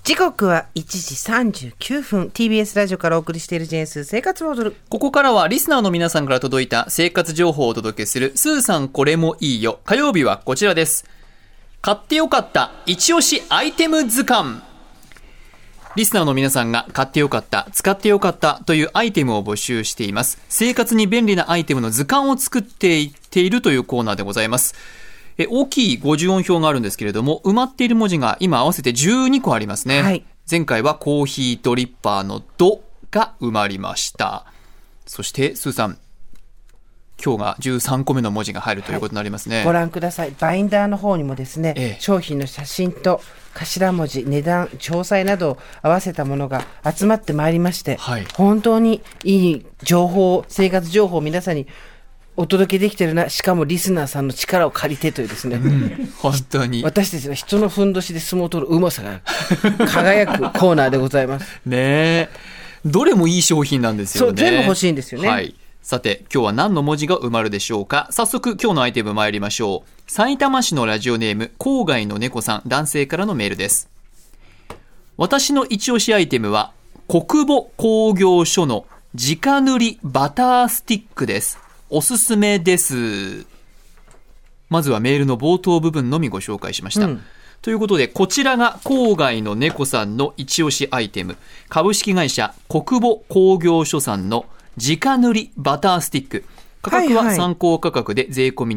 時刻は1時39分 TBS ラジオからお送りしているジェーンスー生活を踊る。 ここからはリスナーの皆さんから届いた生活情報をお届けするスーさんこれもいいよ。火曜日はこちらです。買ってよかった一押しアイテム図鑑。リスナーの皆さんが買ってよかった使ってよかったというアイテムを募集しています。生活に便利なアイテムの図鑑を作っていっているというコーナーでございます。大きい50音表があるんですけれども、埋まっている文字が今合わせて12個ありますね、はい、前回はコーヒードリッパーのドが埋まりました。そしてスーさん、今日が13個目の文字が入るということになりますね、 はい、ご覧ください。バインダーの方にもですね、商品の写真と頭文字、値段、詳細などを合わせたものが集まってまいりまして、はい、本当にいい情報、生活情報を皆さんにお届けできてるな。しかもリスナーさんの力を借りてというですね、 本当に私たちは人のふんどしで相撲を取るうまさが輝くコーナーでございますねえ、どれもいい商品なんですよね。 そう、全部欲しいんですよね、 はい、さて今日は何の文字が埋まるでしょうか。早速今日のアイテム参りましょう。埼玉市のラジオネーム郊外の猫さん、男性からのメールです。私の一押しアイテムは国母工業所の直塗りバタースティックです。おすすめです。まずはメールの冒頭部分のみご紹介しました、ということでこちらが郊外の猫さんの一押しアイテム、株式会社国母工業所さんの直塗りバタースティック。価格は参考価格で税込み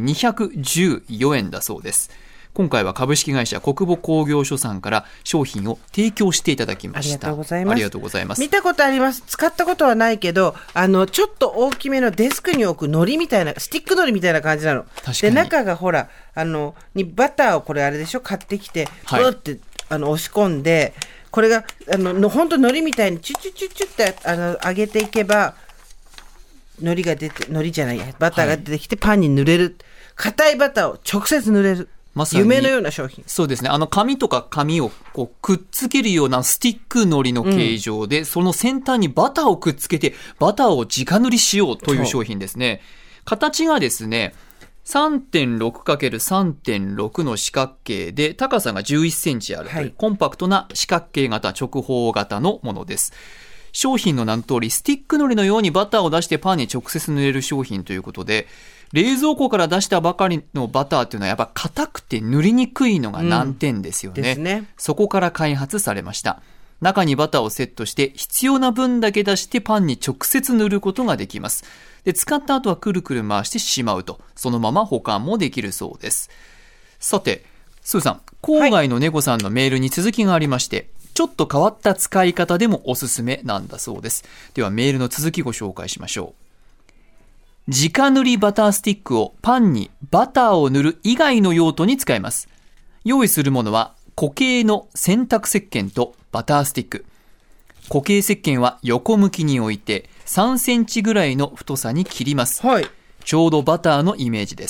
214円だそうです。今回は株式会社国母工業所さんから商品を提供していただきました。 ありがとうございます。 ありがとうございます。 見たことあります。使ったことはないけど、ちょっと大きめのデスクに置く糊みたいな、スティック糊みたいな感じなの。で、中がほら、にバターをこれあれでしょ、買ってきて、ブーって、押し込んで、これが、本当糊みたいにチュチュチュチュって、揚げていけば、糊が出て、糊じゃないや、バターが出てきてパンに塗れる。硬いバターを直接塗れる。まさに夢のような商品。 そうですね。紙とか紙をこうくっつけるようなスティック糊の形状で、その先端にバターをくっつけてバターを直塗りしようという商品ですね。形がですね、3.6×3.6 の四角形で高さが11センチあるという、コンパクトな四角形型直方型のものです。商品の名の通りスティック糊のようにバターを出してパンに直接塗れる商品ということで、冷蔵庫から出したばかりのバターっていうのはやっぱ硬くて塗りにくいのが難点ですよね、 ですね。 そこから開発されました。中にバターをセットして必要な分だけ出してパンに直接塗ることができます。で、使った後はくるくる回してしまうと、そのまま保管もできるそうです。さてスーさん、郊外の猫さんのメールに続きがありまして、ちょっと変わった使い方でもおすすめなんだそうです。ではメールの続きご紹介しましょう。直塗りバタースティックをパンにバターを塗る以外の用途に使えます。用意するものは固形の洗濯石鹸とバタースティック。固形石鹸は横向きに置いて3センチぐらいの太さに切ります、ちょうどバターのイメージです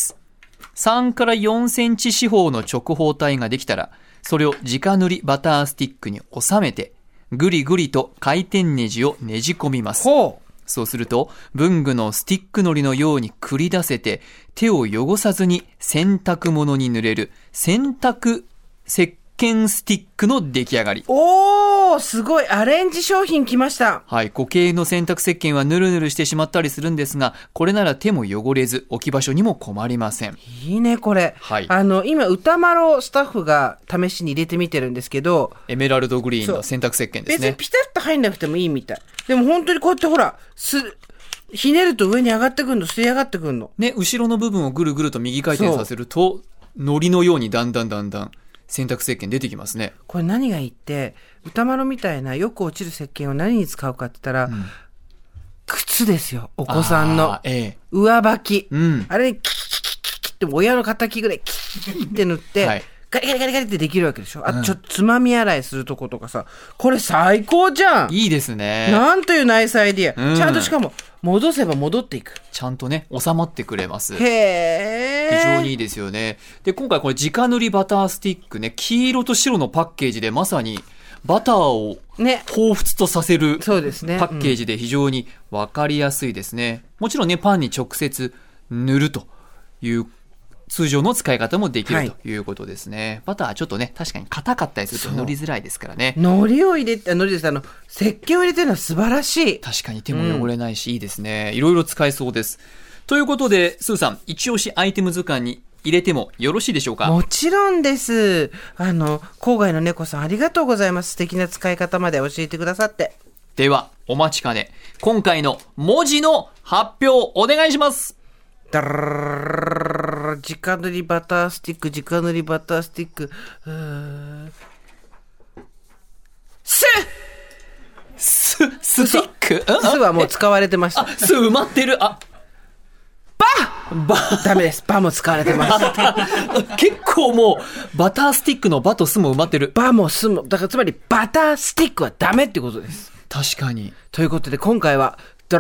。3から4センチ四方の直方体ができたら、それを直塗りバタースティックに収めてぐりぐりと回転ネジをねじ込みます。そうすると文具のスティック糊のように繰り出せて、手を汚さずに洗濯物に塗れる洗濯石鹸スティックの出来上がり。 おー、すごいアレンジ商品きました。 はい、固形の洗濯石鹸はヌルヌルしてしまったりするんですが、これなら手も汚れず置き場所にも困りません。 いいねこれ、今歌丸スタッフが試しに入れてみてるんですけど、 エメラルドグリーンの洗濯石鹸ですね。 別にピタッと入んなくてもいいみたい。でも本当にこうやってほらひねると上に上がってくるの、吸い上がってくるのね。後ろの部分をぐるぐると右回転させると糊のようにだんだん洗濯石鹸出てきますね。 これ何がいいって、歌丸みたいなよく落ちる石鹸を何に使うかって言ったら、靴ですよ。お子さんの上履き、あれにキキキキキって親の敵ぐらいキキキって塗って、ガリガリガリガリってできるわけでしょ。あとちょっとつまみ洗いするとことかさ、これ最高じゃん。 いいですね。 なんというナイスアイディア、ちゃんとしかも戻せば戻っていく、 ちゃんとね収まってくれます。 へー、 非常にいいですよね。で、今回これ直塗りバタースティックね、黄色と白のパッケージでまさにバターを彷彿とさせるパッケージで非常に分かりやすいですね。もちろんねパンに直接塗るという通常の使い方もできるということですね。バターちょっとね、確かに硬かったりすると乗りづらいですからね。 海苔を入れて、海苔です。石鹸を入れてるのは素晴らしい。 確かに手も汚れないし、いいですね。いろいろ使えそうです。ということで、スーさん、一押しアイテム図鑑に入れてもよろしいでしょうか？ もちろんです。郊外の猫さんありがとうございます。素敵な使い方まで教えてくださって。 では、お待ちかね。今回の文字の発表お願いします。 直塗りバタースティック、直塗りバタースティック。スティック？スはもう使われてました。 ス埋まってる。 ダメです。バも使われてます。 結構もう、バタースティックのバとスも埋まってる。 バもスも、だからつまりバタースティックはダメってことです。 確かに。 ということで今回は、直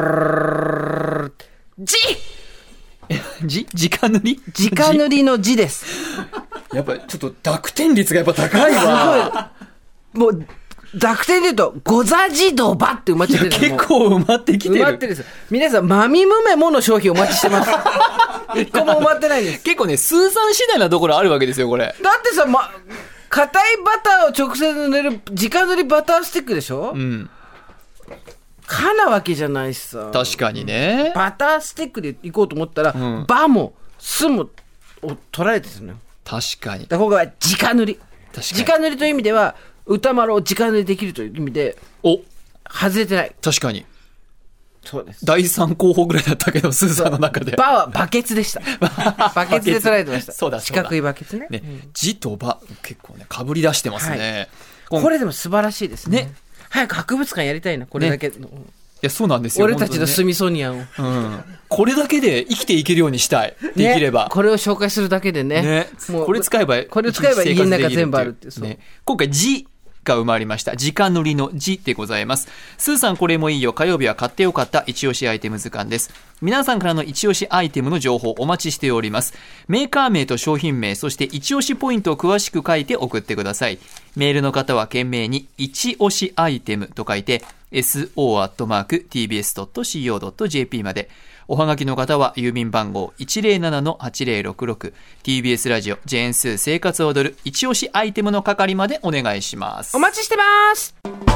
塗り直塗りの字です。 やっぱりちょっと濁点率がやっぱ高いわ。 もう、濁点で言うと、ござじどばって埋まっちゃってる。 結構埋まってきてる。 埋まってるんです。皆さん、まみむめもの商品お待ちしてます。一個も埋まってないんです。 結構ね、スーさん次第なところあるわけですよ、これ。 だってさ、硬いバターを直接塗る、直塗りバタースティックでしょ？うん。かなわけじゃないしさ。 確かにね。 バタースティックでいこうと思ったら、バもスも取られてるのよ。 確かに。 だから今回は直塗り。直塗りという意味では、歌丸を直塗りできるという意味で、外れてない。 確かに。 そうです。 第3候補ぐらいだったけど、スーさんの中で。 バはバケツでした。バケツで捉えてました。 そうだ、 四角いバケツね。 字とバ、結構ね、かぶり出してますね。 これでも素晴らしいですね。早く博物館やりたいな、これだけ。いや、そうなんですよ。 俺たちのスミソニアンを。 これだけで生きていけるようにしたい。できれば。 これを紹介するだけでね。 これ使えば家の中全部あるって。 今回字が生まれました。直塗りの字でございます。スーさんこれもいいよ。火曜日は買ってよかった一押しアイテム図鑑です。皆さんからの一押しアイテムの情報お待ちしております。メーカー名と商品名、そして一押しポイントを詳しく書いて送ってください。メールの方は懸命に一押しアイテムと書いてso@tbs.co.jp まで。おはがきの方は郵便番号 107-8066 TBS ラジオジェーンスー生活を踊る一押しアイテムの係までお願いします。 お待ちしてます。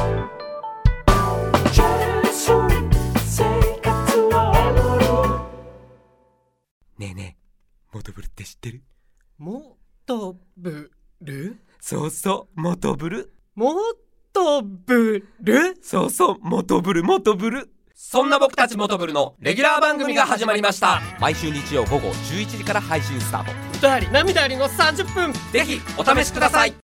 ねえねえ、モトブルって知ってる？ モトブル？ そうそう、モトブル。 モトブル？ そうそう、モトブル。そんな僕たちモトブルのレギュラー番組が始まりました。毎週日曜午後11時から配信スタート。 歌あり涙ありの30分、 ぜひお試しください。